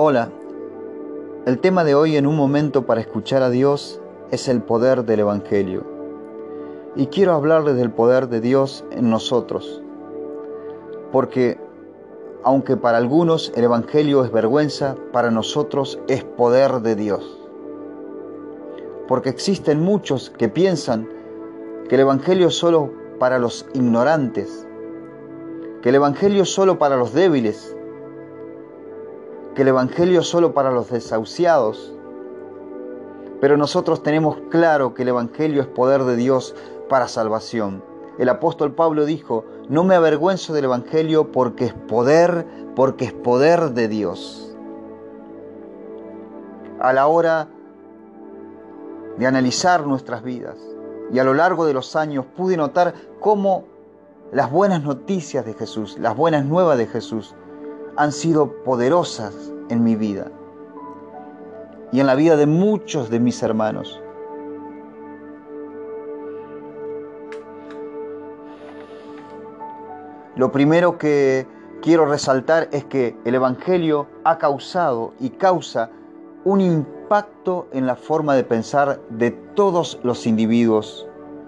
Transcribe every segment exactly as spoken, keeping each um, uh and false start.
Hola, el tema de hoy en un momento para escuchar a Dios es el poder del Evangelio. Y quiero hablarles del poder de Dios en nosotros, porque aunque para algunos el Evangelio es vergüenza, para nosotros es poder de Dios. Porque existen muchos que piensan que el Evangelio es solo para los ignorantes, que el Evangelio es solo para los débiles, que el Evangelio es solo para los desahuciados. Pero nosotros tenemos claro que el Evangelio es poder de Dios para salvación. El apóstol Pablo dijo: no me avergüenzo del Evangelio porque es poder, porque es poder de Dios. A la hora de analizar nuestras vidas y a lo largo de los años pude notar cómo las buenas noticias de Jesús, las buenas nuevas de Jesús, han sido poderosas en mi vida y en la vida de muchos de mis hermanos. Lo primero que quiero resaltar es que el Evangelio ha causado y causa un impacto en la forma de pensar de todos los individuos.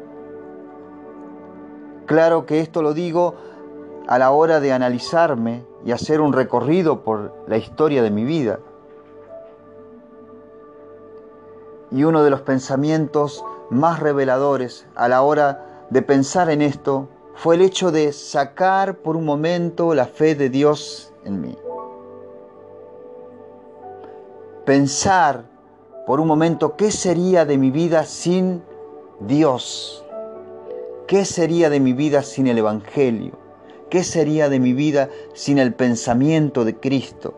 Claro que esto lo digo a la hora de analizarme y hacer un recorrido por la historia de mi vida. Y uno de los pensamientos más reveladores a la hora de pensar en esto fue el hecho de sacar por un momento la fe de Dios en mí. Pensar por un momento qué sería de mi vida sin Dios. ¿Qué sería de mi vida sin el Evangelio? ¿Qué sería de mi vida sin el pensamiento de Cristo?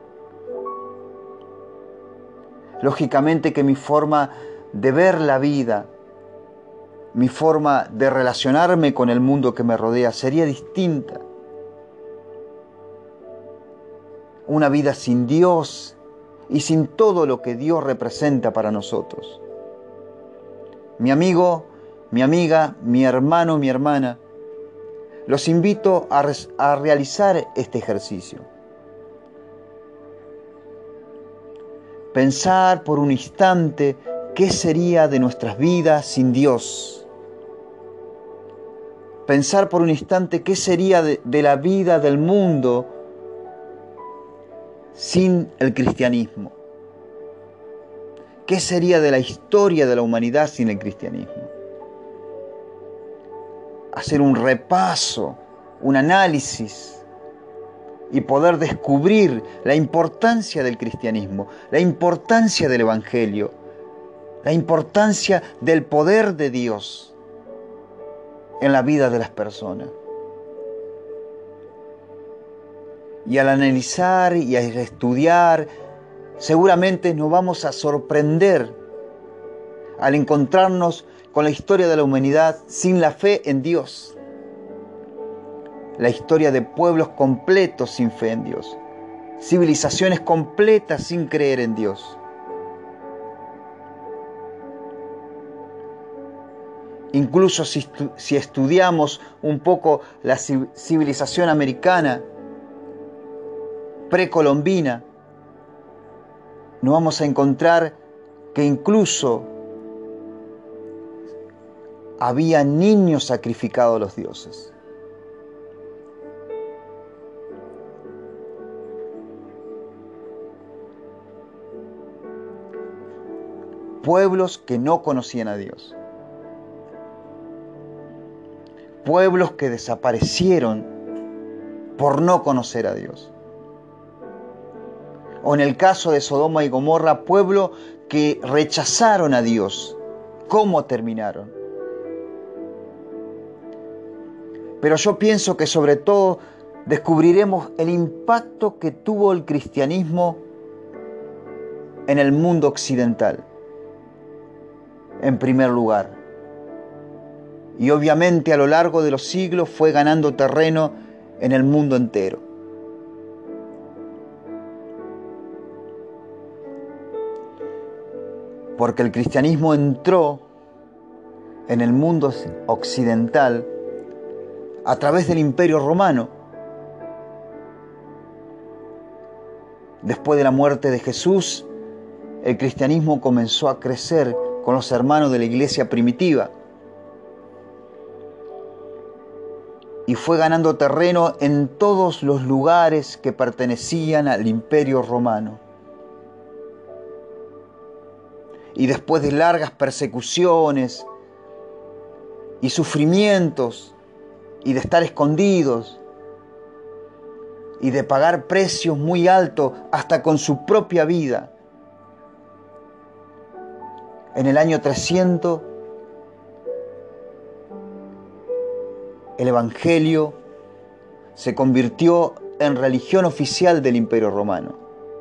Lógicamente que mi forma de ver la vida, mi forma de relacionarme con el mundo que me rodea sería distinta. Una vida sin Dios y sin todo lo que Dios representa para nosotros. Mi amigo, mi amiga, mi hermano, mi hermana, los invito a, a realizar este ejercicio. Pensar por un instante qué sería de nuestras vidas sin Dios. Pensar por un instante qué sería de, de la vida del mundo sin el cristianismo. ¿Qué sería de la historia de la humanidad sin el cristianismo? Hacer un repaso, un análisis y poder descubrir la importancia del cristianismo, la importancia del Evangelio, la importancia del poder de Dios en la vida de las personas. Y al analizar y al estudiar, seguramente nos vamos a sorprender al encontrarnos con la historia de la humanidad sin la fe en Dios. La historia de pueblos completos sin fe en Dios. Civilizaciones completas sin creer en Dios. Incluso si, si estudiamos un poco la civilización americana, precolombina, nos vamos a encontrar que incluso había niños sacrificados a los dioses. Pueblos que no conocían a Dios. Pueblos que desaparecieron por no conocer a Dios. O en el caso de Sodoma y Gomorra, pueblos que rechazaron a Dios. ¿Cómo terminaron? Pero yo pienso que sobre todo descubriremos el impacto que tuvo el cristianismo en el mundo occidental, en primer lugar. Y obviamente a lo largo de los siglos fue ganando terreno en el mundo entero. Porque el cristianismo entró en el mundo occidental a través del Imperio Romano. Después de la muerte de Jesús, el cristianismo comenzó a crecer con los hermanos de la iglesia primitiva y fue ganando terreno en todos los lugares que pertenecían al Imperio Romano. Y después de largas persecuciones y sufrimientos y de estar escondidos y de pagar precios muy altos hasta con su propia vida, en el año trescientos el Evangelio se convirtió en religión oficial del Imperio Romano,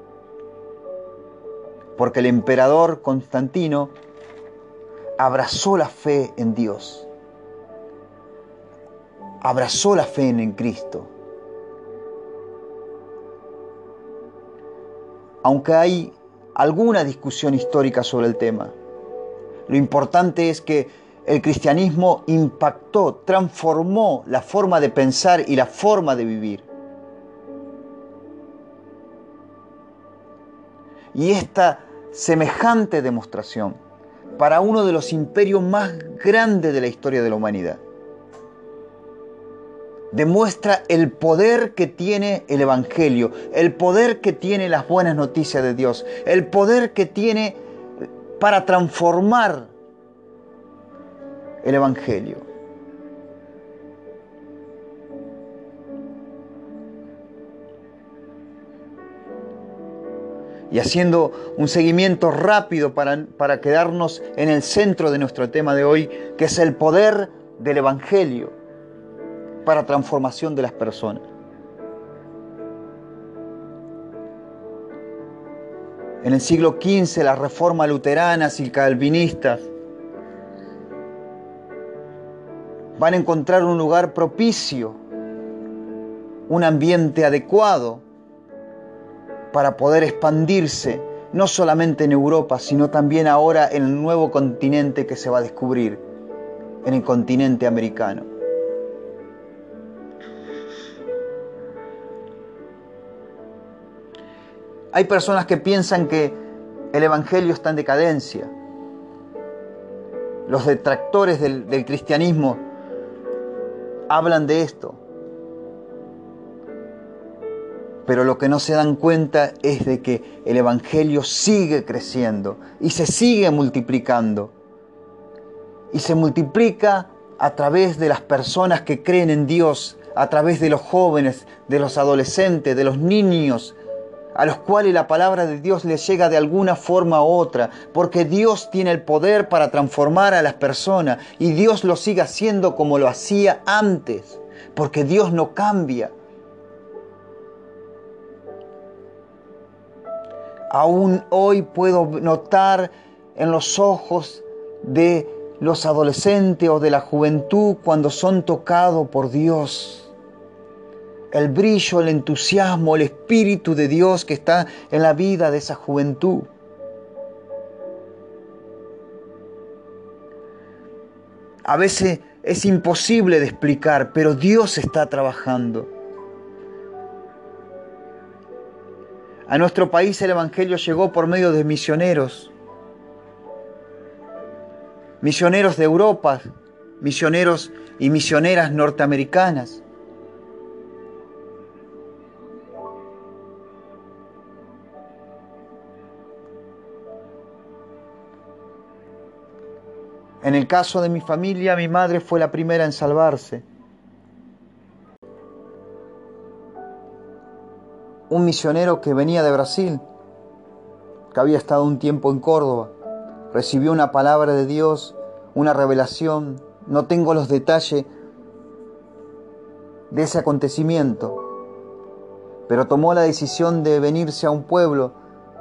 porque el emperador Constantino abrazó la fe en Dios, abrazó la fe en Cristo. Aunque hay alguna discusión histórica sobre el tema, lo importante es que el cristianismo impactó, transformó la forma de pensar y la forma de vivir. Y esta semejante demostración para uno de los imperios más grandes de la historia de la humanidad demuestra el poder que tiene el Evangelio, el poder que tiene las buenas noticias de Dios, el poder que tiene para transformar el Evangelio. Y haciendo un seguimiento rápido para, para quedarnos en el centro de nuestro tema de hoy, que es el poder del Evangelio para transformación de las personas. En el siglo quince, las reformas luteranas y calvinistas van a encontrar un lugar propicio, un ambiente adecuado para poder expandirse, no solamente en Europa, sino también ahora en el nuevo continente que se va a descubrir, en el continente americano. Hay personas que piensan que el Evangelio está en decadencia. Los detractores del, del cristianismo hablan de esto. Pero lo que no se dan cuenta es de que el Evangelio sigue creciendo y se sigue multiplicando. Y se multiplica a través de las personas que creen en Dios, a través de los jóvenes, de los adolescentes, de los niños, a los cuales la palabra de Dios les llega de alguna forma u otra, porque Dios tiene el poder para transformar a las personas y Dios lo sigue haciendo como lo hacía antes, porque Dios no cambia. Aún hoy puedo notar en los ojos de los adolescentes o de la juventud cuando son tocados por Dios el brillo, el entusiasmo, el Espíritu de Dios que está en la vida de esa juventud. A veces es imposible de explicar, pero Dios está trabajando. A nuestro país el Evangelio llegó por medio de misioneros. Misioneros de Europa, misioneros y misioneras norteamericanas. En el caso de mi familia, mi madre fue la primera en salvarse. Un misionero que venía de Brasil, que había estado un tiempo en Córdoba, recibió una palabra de Dios, una revelación. No tengo los detalles de ese acontecimiento, pero tomó la decisión de venirse a un pueblo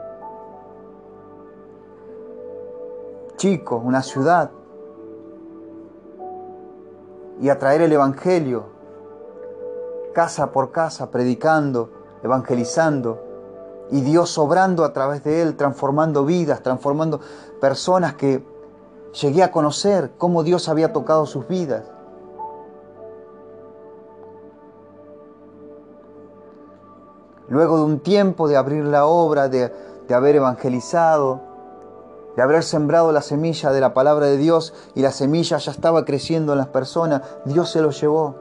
chico, una ciudad, y a traer el Evangelio, casa por casa, predicando, evangelizando, y Dios obrando a través de él, transformando vidas, transformando personas que llegué a conocer cómo Dios había tocado sus vidas. Luego de un tiempo de abrir la obra, de, de haber evangelizado, de haber sembrado la semilla de la palabra de Dios y la semilla ya estaba creciendo en las personas, Dios se lo llevó.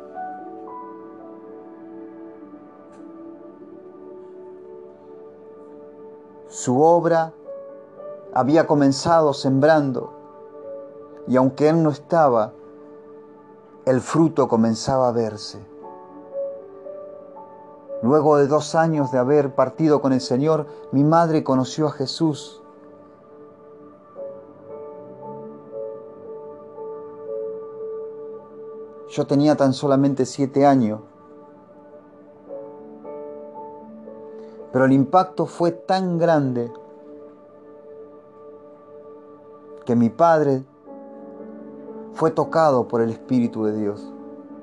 Su obra había comenzado sembrando y aunque él no estaba, el fruto comenzaba a verse. Luego de dos años de haber partido con el Señor, mi madre conoció a Jesús. Yo tenía tan solamente siete años, pero el impacto fue tan grande que mi padre fue tocado por el Espíritu de Dios.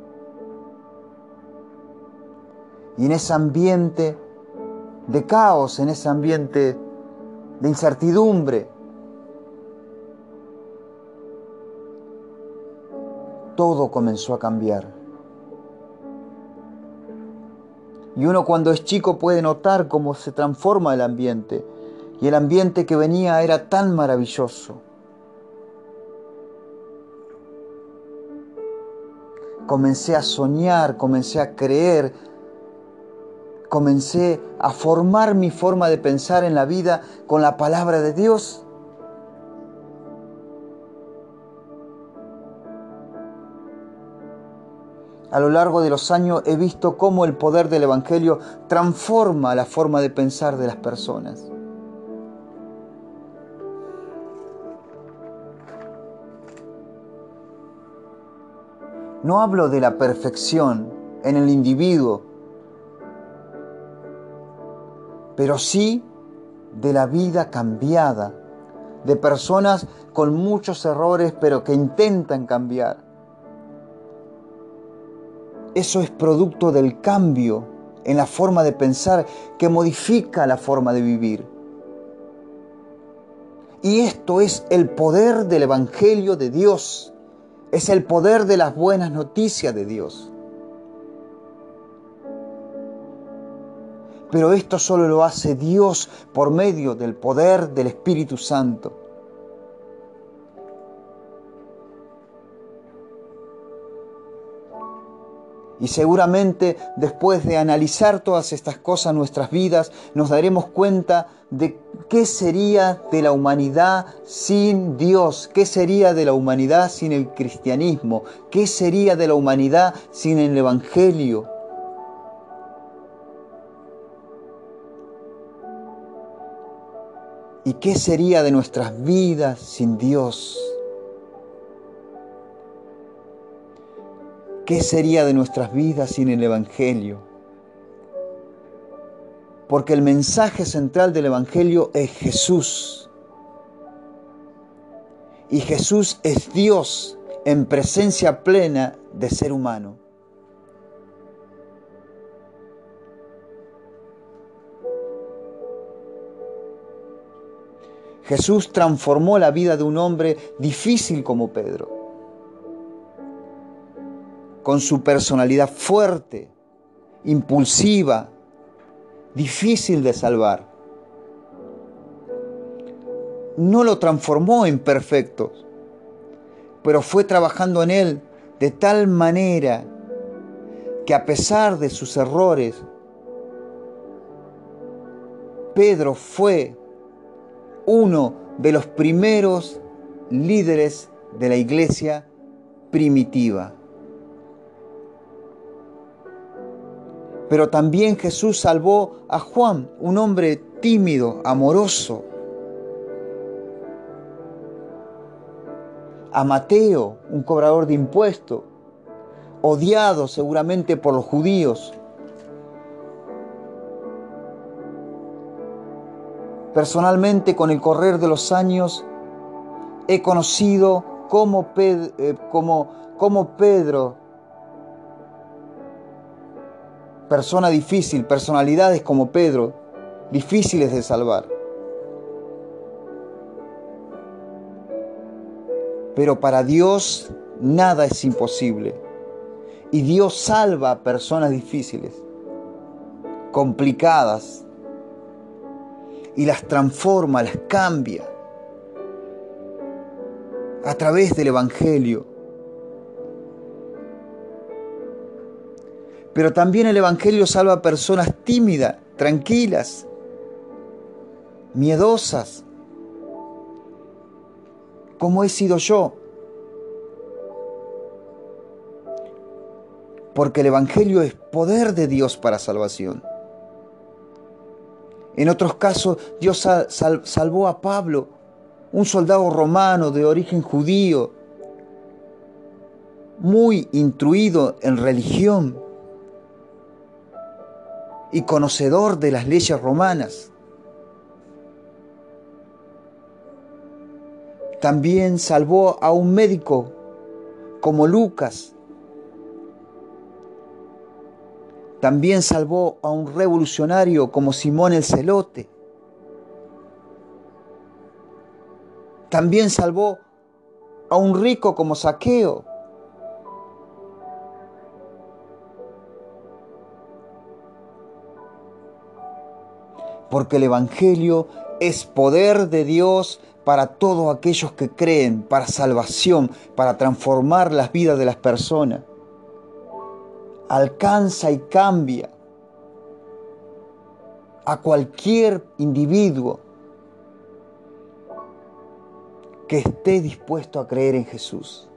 Y en ese ambiente de caos, en ese ambiente de incertidumbre, todo comenzó a cambiar. Y uno cuando es chico puede notar cómo se transforma el ambiente. Y el ambiente que venía era tan maravilloso. Comencé a soñar, comencé a creer, comencé a formar mi forma de pensar en la vida con la palabra de Dios. A lo largo de los años he visto cómo el poder del Evangelio transforma la forma de pensar de las personas. No hablo de la perfección en el individuo, pero sí de la vida cambiada, de personas con muchos errores, pero que intentan cambiar. Eso es producto del cambio en la forma de pensar que modifica la forma de vivir. Y esto es el poder del Evangelio de Dios. Es el poder de las buenas noticias de Dios. Pero esto solo lo hace Dios por medio del poder del Espíritu Santo. Y seguramente después de analizar todas estas cosas en nuestras vidas, nos daremos cuenta de qué sería de la humanidad sin Dios, qué sería de la humanidad sin el cristianismo, qué sería de la humanidad sin el Evangelio. ¿Y qué sería de nuestras vidas sin Dios? ¿Qué sería de nuestras vidas sin el Evangelio? Porque el mensaje central del Evangelio es Jesús. Y Jesús es Dios en presencia plena de ser humano. Jesús transformó la vida de un hombre difícil como Pedro, con su personalidad fuerte, impulsiva, difícil de salvar. No lo transformó en perfecto, pero fue trabajando en él de tal manera que a pesar de sus errores, Pedro fue uno de los primeros líderes de la iglesia primitiva. Pero también Jesús salvó a Juan, un hombre tímido, amoroso. A Mateo, un cobrador de impuestos, odiado seguramente por los judíos. Personalmente, con el correr de los años, he conocido cómo Pedro, eh, cómo, cómo Pedro, persona difícil, personalidades como Pedro, difíciles de salvar. Pero para Dios nada es imposible. Y Dios salva a personas difíciles. complicadas y las transforma, las cambia a través del Evangelio. Pero también el Evangelio salva a personas tímidas, tranquilas, miedosas, como he sido yo. Porque el Evangelio es poder de Dios para salvación. En otros casos, Dios sal, sal, salvó a Pablo, un soldado romano de origen judío, muy instruido en religión y conocedor de las leyes romanas. También salvó a un médico como Lucas. También salvó a un revolucionario como Simón el Celote. También salvó a un rico como Zaqueo. Porque el Evangelio es poder de Dios para todos aquellos que creen, para salvación, para transformar las vidas de las personas. Alcanza y cambia a cualquier individuo que esté dispuesto a creer en Jesús.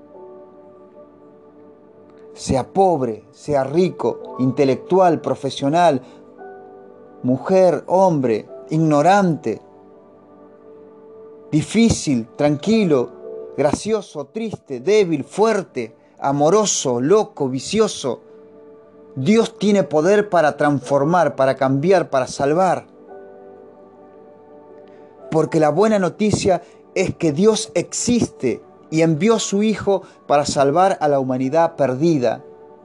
Sea pobre, sea rico, intelectual, profesional, mujer, hombre, ignorante, difícil, tranquilo, gracioso, triste, débil, fuerte, amoroso, loco, vicioso. Dios tiene poder para transformar, para cambiar, para salvar. Porque la buena noticia es que Dios existe y envió a su Hijo para salvar a la humanidad perdida.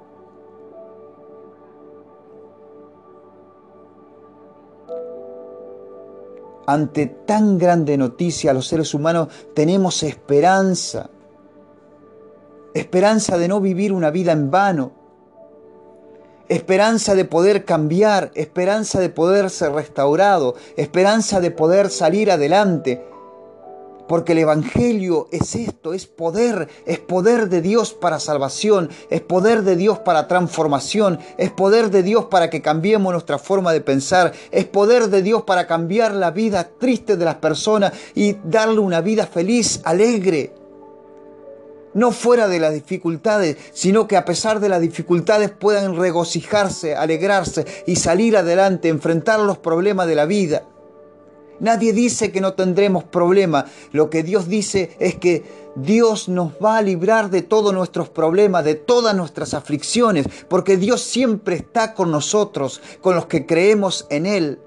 Ante tan grande noticia, los seres humanos tenemos esperanza. Esperanza de no vivir una vida en vano. Esperanza de poder cambiar. Esperanza de poder ser restaurado. Esperanza de poder salir adelante. Porque el Evangelio es esto, es poder. Es poder de Dios para salvación. Es poder de Dios para transformación. Es poder de Dios para que cambiemos nuestra forma de pensar. Es poder de Dios para cambiar la vida triste de las personas y darle una vida feliz, alegre. No fuera de las dificultades, sino que a pesar de las dificultades puedan regocijarse, alegrarse y salir adelante, enfrentar los problemas de la vida. Nadie dice que no tendremos problemas. Lo que Dios dice es que Dios nos va a librar de todos nuestros problemas, de todas nuestras aflicciones, porque Dios siempre está con nosotros, con los que creemos en Él.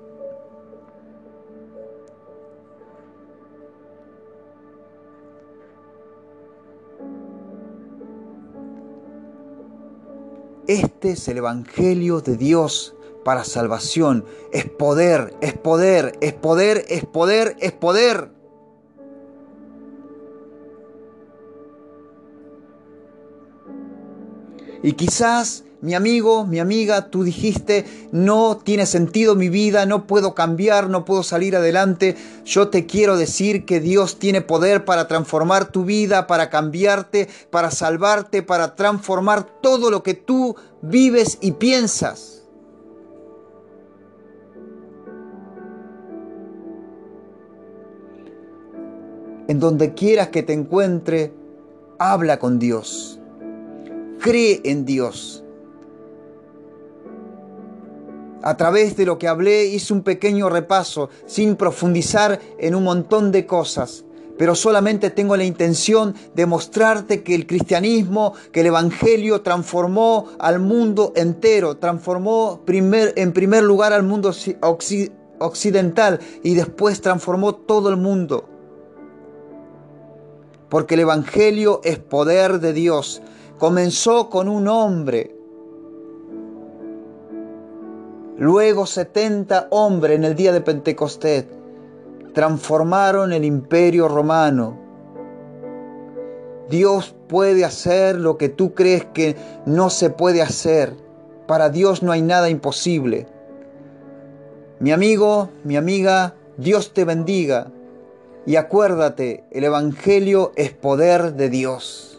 Este es el Evangelio de Dios para salvación. Es poder, es poder, es poder, es poder, es poder. Y quizás, mi amigo, mi amiga, tú dijiste, no tiene sentido mi vida, no puedo cambiar, no puedo salir adelante. Yo te quiero decir que Dios tiene poder para transformar tu vida, para cambiarte, para salvarte, para transformar todo lo que tú vives y piensas. En donde quieras que te encuentre, habla con Dios. Cree en Dios. A través de lo que hablé hice un pequeño repaso sin profundizar en un montón de cosas, pero solamente tengo la intención de mostrarte que el cristianismo, que el Evangelio transformó al mundo entero, transformó primer, en primer lugar al mundo occidental y después transformó todo el mundo. Porque el Evangelio es poder de Dios. Comenzó con un hombre. Luego setenta hombres en el día de Pentecostés transformaron el imperio romano. Dios puede hacer lo que tú crees que no se puede hacer. Para Dios no hay nada imposible. Mi amigo, mi amiga, Dios te bendiga. Y acuérdate, el Evangelio es poder de Dios.